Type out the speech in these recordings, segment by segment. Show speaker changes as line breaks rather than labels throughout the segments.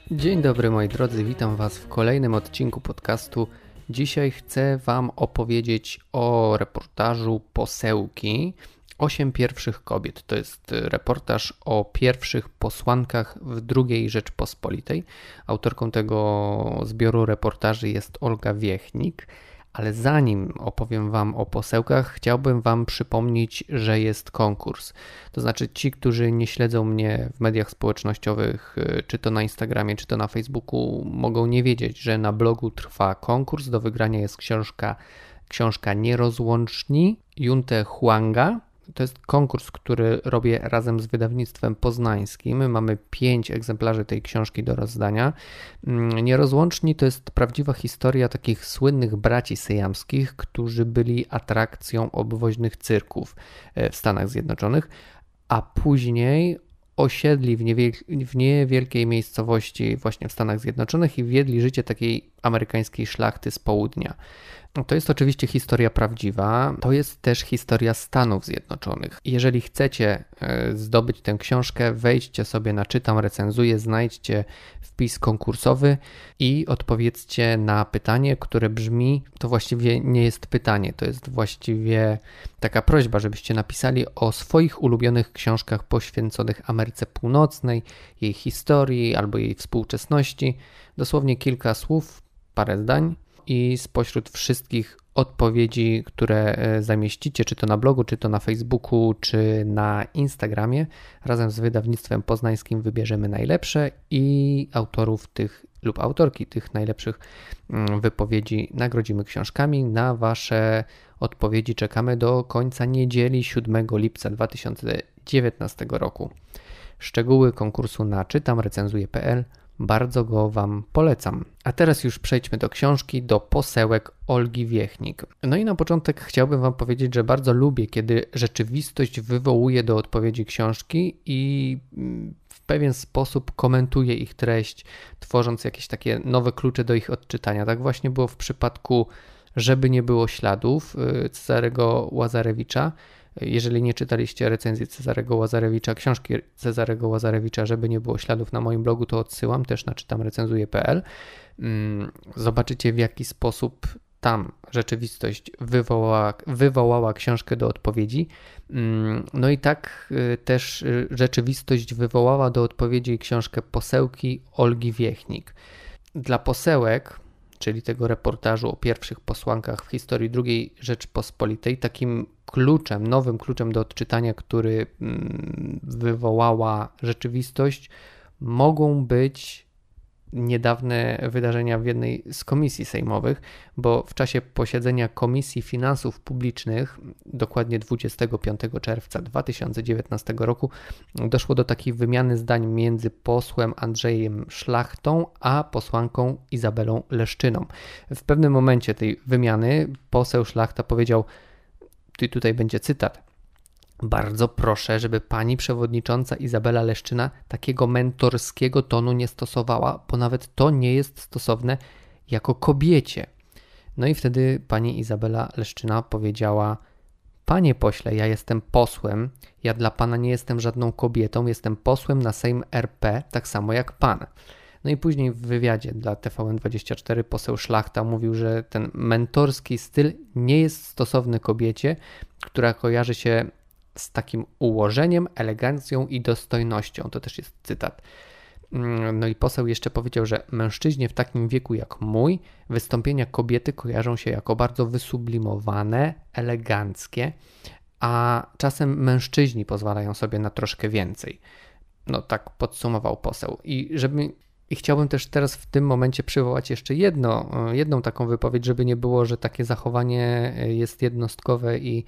Dzień dobry moi drodzy, witam Was w kolejnym odcinku podcastu. Dzisiaj chcę Wam opowiedzieć o reportażu Posełki 8 pierwszych kobiet. To jest reportaż o pierwszych posłankach w II Rzeczpospolitej. Autorką tego zbioru reportaży jest Olga Wiechnik. Ale zanim opowiem Wam o posełkach, chciałbym Wam przypomnieć, że jest konkurs. To znaczy ci, którzy nie śledzą mnie w mediach społecznościowych, czy to na Instagramie, czy to na Facebooku, mogą nie wiedzieć, że na blogu trwa konkurs. Do wygrania jest książka Nierozłączni Junte Huanga. To jest konkurs, który robię razem z wydawnictwem poznańskim. Mamy 5 egzemplarzy tej książki do rozdania. Nierozłączni to jest prawdziwa historia takich słynnych braci syjamskich, którzy byli atrakcją obwoźnych cyrków w Stanach Zjednoczonych, a później osiedli w niewielkiej miejscowości właśnie w Stanach Zjednoczonych i wiedli życie takiej amerykańskiej szlachty z południa. To jest oczywiście historia prawdziwa, to jest też historia Stanów Zjednoczonych. Jeżeli chcecie zdobyć tę książkę, wejdźcie sobie na Czytam, recenzuję, znajdźcie wpis konkursowy i odpowiedzcie na pytanie, które brzmi, to właściwie nie jest pytanie, to jest właściwie taka prośba, żebyście napisali o swoich ulubionych książkach poświęconych Ameryce Północnej, jej historii albo jej współczesności. Dosłownie kilka słów, parę zdań. I spośród wszystkich odpowiedzi, które zamieścicie, czy to na blogu, czy to na Facebooku, czy na Instagramie, razem z wydawnictwem poznańskim wybierzemy najlepsze i autorów tych lub autorki tych najlepszych wypowiedzi nagrodzimy książkami. Na Wasze odpowiedzi czekamy do końca niedzieli 7 lipca 2019 roku. Szczegóły konkursu na czytamrecenzuję.pl. Bardzo go Wam polecam. A teraz już przejdźmy do książki, do posełek Olgi Wiechnik. No i na początek chciałbym Wam powiedzieć, że bardzo lubię, kiedy rzeczywistość wywołuje do odpowiedzi książki i w pewien sposób komentuje ich treść, tworząc jakieś takie nowe klucze do ich odczytania. Tak właśnie było w przypadku Żeby nie było śladów Cezarego Łazarewicza. Jeżeli nie czytaliście recenzji Cezarego Łazarewicza, książki Cezarego Łazarewicza, Żeby nie było śladów, na moim blogu, to odsyłam też na czytamrecenzuję.pl. Zobaczycie, w jaki sposób tam rzeczywistość wywołała książkę do odpowiedzi. No i tak też rzeczywistość wywołała do odpowiedzi książkę Posełki Olgi Wiechnik. Dla posełek, czyli tego reportażu o pierwszych posłankach w historii II Rzeczpospolitej, takim kluczem, nowym kluczem do odczytania, który wywołała rzeczywistość, mogą być niedawne wydarzenia w jednej z komisji sejmowych, bo w czasie posiedzenia Komisji Finansów Publicznych, dokładnie 25 czerwca 2019 roku, doszło do takiej wymiany zdań między posłem Andrzejem Szlachtą a posłanką Izabelą Leszczyną. W pewnym momencie tej wymiany poseł Szlachta powiedział, tutaj będzie cytat: bardzo proszę, żeby pani przewodnicząca Izabela Leszczyna takiego mentorskiego tonu nie stosowała, bo nawet to nie jest stosowne jako kobiecie. No i wtedy pani Izabela Leszczyna powiedziała: panie pośle, ja jestem posłem, ja dla pana nie jestem żadną kobietą, jestem posłem na Sejm RP, tak samo jak pan. No i później w wywiadzie dla TVN24 poseł Szlachta mówił, że ten mentorski styl nie jest stosowny kobiecie, która kojarzy się z takim ułożeniem, elegancją i dostojnością. To też jest cytat. No i poseł jeszcze powiedział, że mężczyźnie w takim wieku jak mój, wystąpienia kobiety kojarzą się jako bardzo wysublimowane, eleganckie, a czasem mężczyźni pozwalają sobie na troszkę więcej. No tak podsumował poseł. I chciałbym też teraz w tym momencie przywołać jeszcze jedną taką wypowiedź, żeby nie było, że takie zachowanie jest jednostkowe i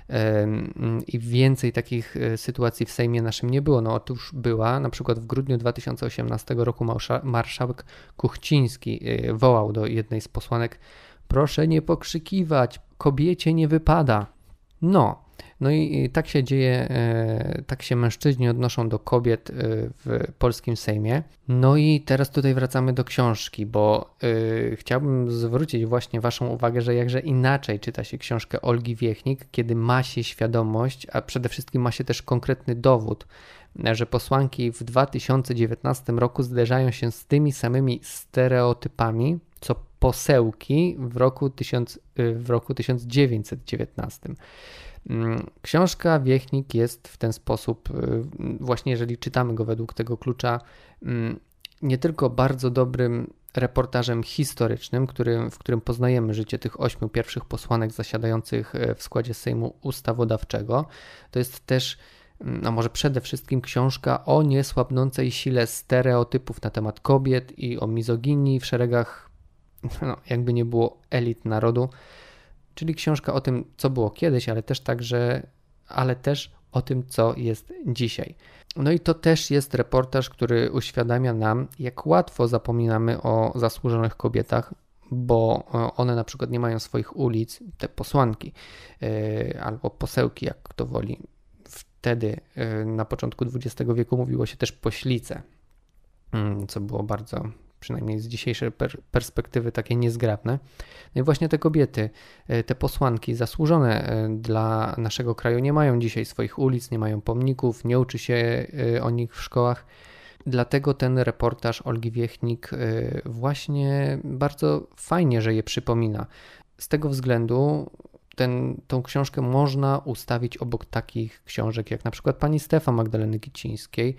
więcej takich sytuacji w Sejmie naszym nie było. No otóż była, na przykład w grudniu 2018 roku marszałek Kuchciński wołał do jednej z posłanek: proszę nie pokrzykiwać, kobiecie nie wypada. No, No i tak się dzieje, tak się mężczyźni odnoszą do kobiet w polskim Sejmie. No i teraz tutaj wracamy do książki, bo chciałbym zwrócić właśnie Waszą uwagę, że jakże inaczej czyta się książkę Olgi Wiechnik, kiedy ma się świadomość, a przede wszystkim ma się też konkretny dowód, że posłanki w 2019 roku zderzają się z tymi samymi stereotypami, co posełki w roku 1919. Książka Wiechnik jest w ten sposób, właśnie jeżeli czytamy go według tego klucza, nie tylko bardzo dobrym reportażem historycznym, w którym poznajemy życie tych 8 pierwszych posłanek zasiadających w składzie Sejmu Ustawodawczego, to jest też, a może przede wszystkim książka o niesłabnącej sile stereotypów na temat kobiet i o mizoginii w szeregach, jakby nie było, elit narodu, czyli książka o tym, co było kiedyś, ale też o tym, co jest dzisiaj. No i to też jest reportaż, który uświadamia nam, jak łatwo zapominamy o zasłużonych kobietach, bo one na przykład nie mają swoich ulic, te posłanki albo posełki, jak kto woli. Wtedy na początku XX wieku mówiło się też poślice, co było bardzo, przynajmniej z dzisiejszej perspektywy, takie niezgrabne. No i właśnie te kobiety, te posłanki zasłużone dla naszego kraju nie mają dzisiaj swoich ulic, nie mają pomników, nie uczy się o nich w szkołach. Dlatego ten reportaż Olgi Wiechnik właśnie bardzo fajnie, że je przypomina. Z tego względu tą książkę można ustawić obok takich książek jak na przykład Pani Stefa Magdaleny Kicińskiej,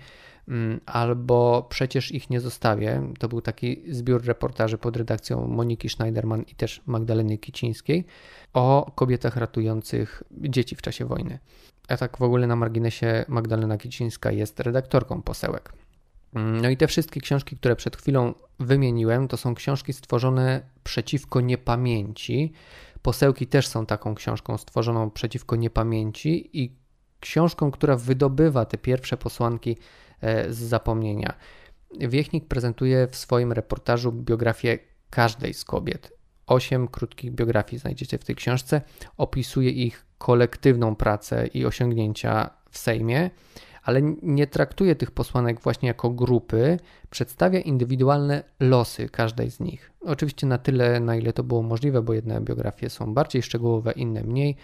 albo Przecież ich nie zostawię. To był taki zbiór reportaży pod redakcją Moniki Schneiderman i też Magdaleny Kicińskiej o kobietach ratujących dzieci w czasie wojny. A tak w ogóle na marginesie, Magdalena Kicińska jest redaktorką posełek. No i te wszystkie książki, które przed chwilą wymieniłem, to są książki stworzone przeciwko niepamięci. Posełki też są taką książką stworzoną przeciwko niepamięci i książką, która wydobywa te pierwsze posłanki z zapomnienia. Wiechnik prezentuje w swoim reportażu biografię każdej z kobiet. 8 krótkich biografii znajdziecie w tej książce. Opisuje ich kolektywną pracę i osiągnięcia w Sejmie, ale nie traktuje tych posłanek właśnie jako grupy, przedstawia indywidualne losy każdej z nich. Oczywiście na tyle, na ile to było możliwe, bo jedne biografie są bardziej szczegółowe, inne mniej,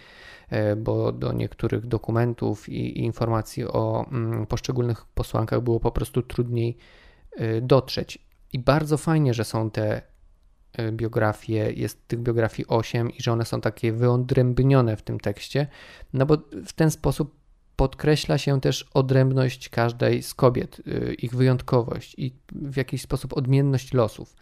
bo do niektórych dokumentów i informacji o poszczególnych posłankach było po prostu trudniej dotrzeć. I bardzo fajnie, że są te biografie, jest tych biografii 8 i że one są takie wyodrębnione w tym tekście, no bo w ten sposób podkreśla się też odrębność każdej z kobiet, ich wyjątkowość i w jakiś sposób odmienność losów.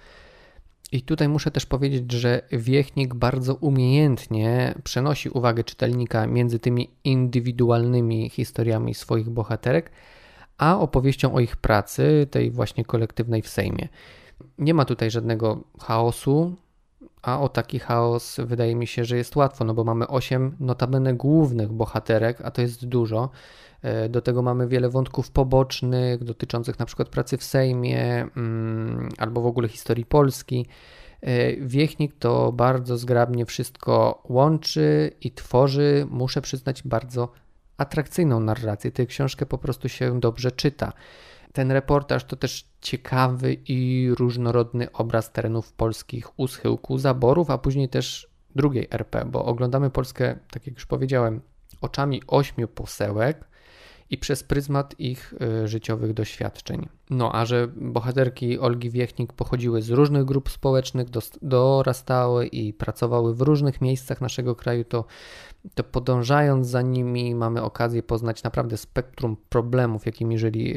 I tutaj muszę też powiedzieć, że Wiechnik bardzo umiejętnie przenosi uwagę czytelnika między tymi indywidualnymi historiami swoich bohaterek, a opowieścią o ich pracy, tej właśnie kolektywnej w Sejmie. Nie ma tutaj żadnego chaosu, a o taki chaos wydaje mi się, że jest łatwo, no bo mamy 8 notabene głównych bohaterek, a to jest dużo. Do tego mamy wiele wątków pobocznych dotyczących na przykład pracy w Sejmie albo w ogóle historii Polski. Wiechnik to bardzo zgrabnie wszystko łączy i tworzy, muszę przyznać, bardzo atrakcyjną narrację. Tę książkę po prostu się dobrze czyta. Ten reportaż to też ciekawy i różnorodny obraz terenów polskich u schyłku zaborów, a później też drugiej RP, bo oglądamy Polskę, tak jak już powiedziałem, oczami 8 posełek i przez pryzmat ich życiowych doświadczeń. No a że bohaterki Olgi Wiechnik pochodziły z różnych grup społecznych, dorastały i pracowały w różnych miejscach naszego kraju, to podążając za nimi mamy okazję poznać naprawdę spektrum problemów, jakimi żyli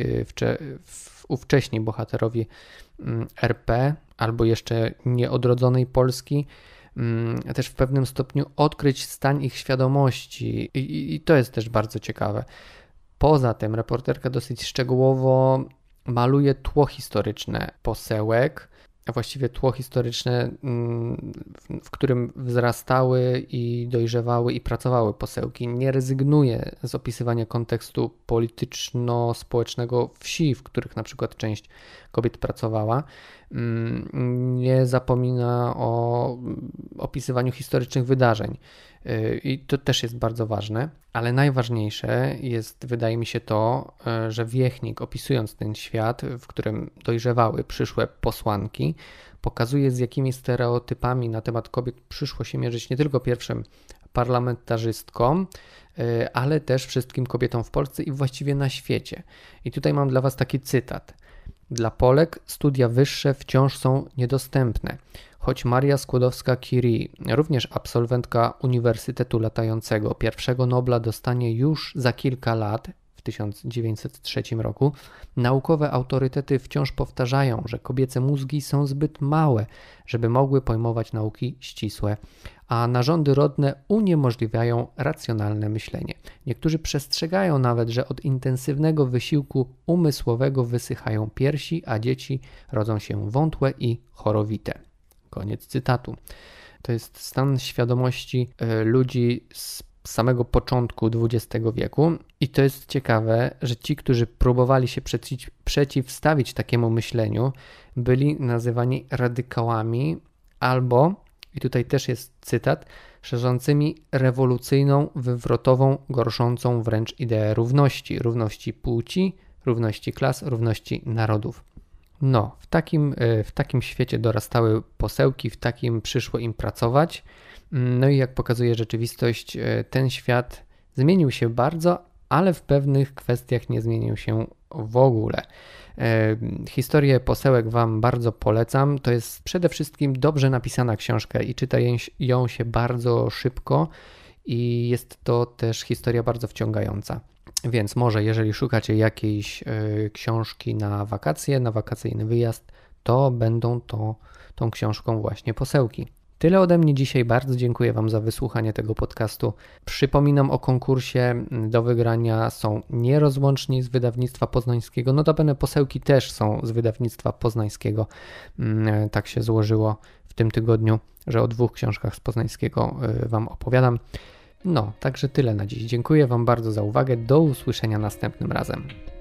ówcześni bohaterowie RP albo jeszcze nieodrodzonej Polski. Też w pewnym stopniu odkryć stan ich świadomości i to jest też bardzo ciekawe. Poza tym reporterka dosyć szczegółowo maluje tło historyczne posełek, a właściwie tło historyczne, w którym wzrastały i dojrzewały i pracowały posełki. Nie rezygnuje z opisywania kontekstu polityczno-społecznego wsi, w których na przykład część kobiet pracowała. nie zapomina o opisywaniu historycznych wydarzeń. I to też jest bardzo ważne, ale najważniejsze jest, wydaje mi się, to, że Wiechnik, opisując ten świat, w którym dojrzewały przyszłe posłanki, pokazuje, z jakimi stereotypami na temat kobiet przyszło się mierzyć nie tylko pierwszym parlamentarzystkom, ale też wszystkim kobietom w Polsce i właściwie na świecie. I tutaj mam dla Was taki cytat. Dla Polek studia wyższe wciąż są niedostępne. Choć Maria Skłodowska-Curie, również absolwentka Uniwersytetu Latającego, pierwszego Nobla dostanie już za kilka lat, w 1903 roku, naukowe autorytety wciąż powtarzają, że kobiece mózgi są zbyt małe, żeby mogły pojmować nauki ścisłe, a narządy rodne uniemożliwiają racjonalne myślenie. Niektórzy przestrzegają nawet, że od intensywnego wysiłku umysłowego wysychają piersi, a dzieci rodzą się wątłe i chorowite. Koniec cytatu. To jest stan świadomości ludzi z samego początku XX wieku i to jest ciekawe, że ci, którzy próbowali się przeciwstawić takiemu myśleniu, byli nazywani radykałami albo, i tutaj też jest cytat, szerzącymi rewolucyjną, wywrotową, gorszącą wręcz ideę równości płci, równości klas, równości narodów. No, w takim świecie dorastały posełki, w takim przyszło im pracować. No i jak pokazuje rzeczywistość, ten świat zmienił się bardzo, ale w pewnych kwestiach nie zmienił się w ogóle. Historię posełek Wam bardzo polecam. To jest przede wszystkim dobrze napisana książka i czyta ją się bardzo szybko i jest to też historia bardzo wciągająca. Więc może jeżeli szukacie jakiejś książki na wakacje, na wakacyjny wyjazd, to będą tą książką właśnie posełki. Tyle ode mnie dzisiaj. Bardzo dziękuję Wam za wysłuchanie tego podcastu. Przypominam o konkursie. Do wygrania są nierozłączni z wydawnictwa poznańskiego. Notabene posełki też są z wydawnictwa poznańskiego. Tak się złożyło w tym tygodniu, że o 2 książkach z poznańskiego Wam opowiadam. No, także tyle na dziś. Dziękuję Wam bardzo za uwagę. Do usłyszenia następnym razem.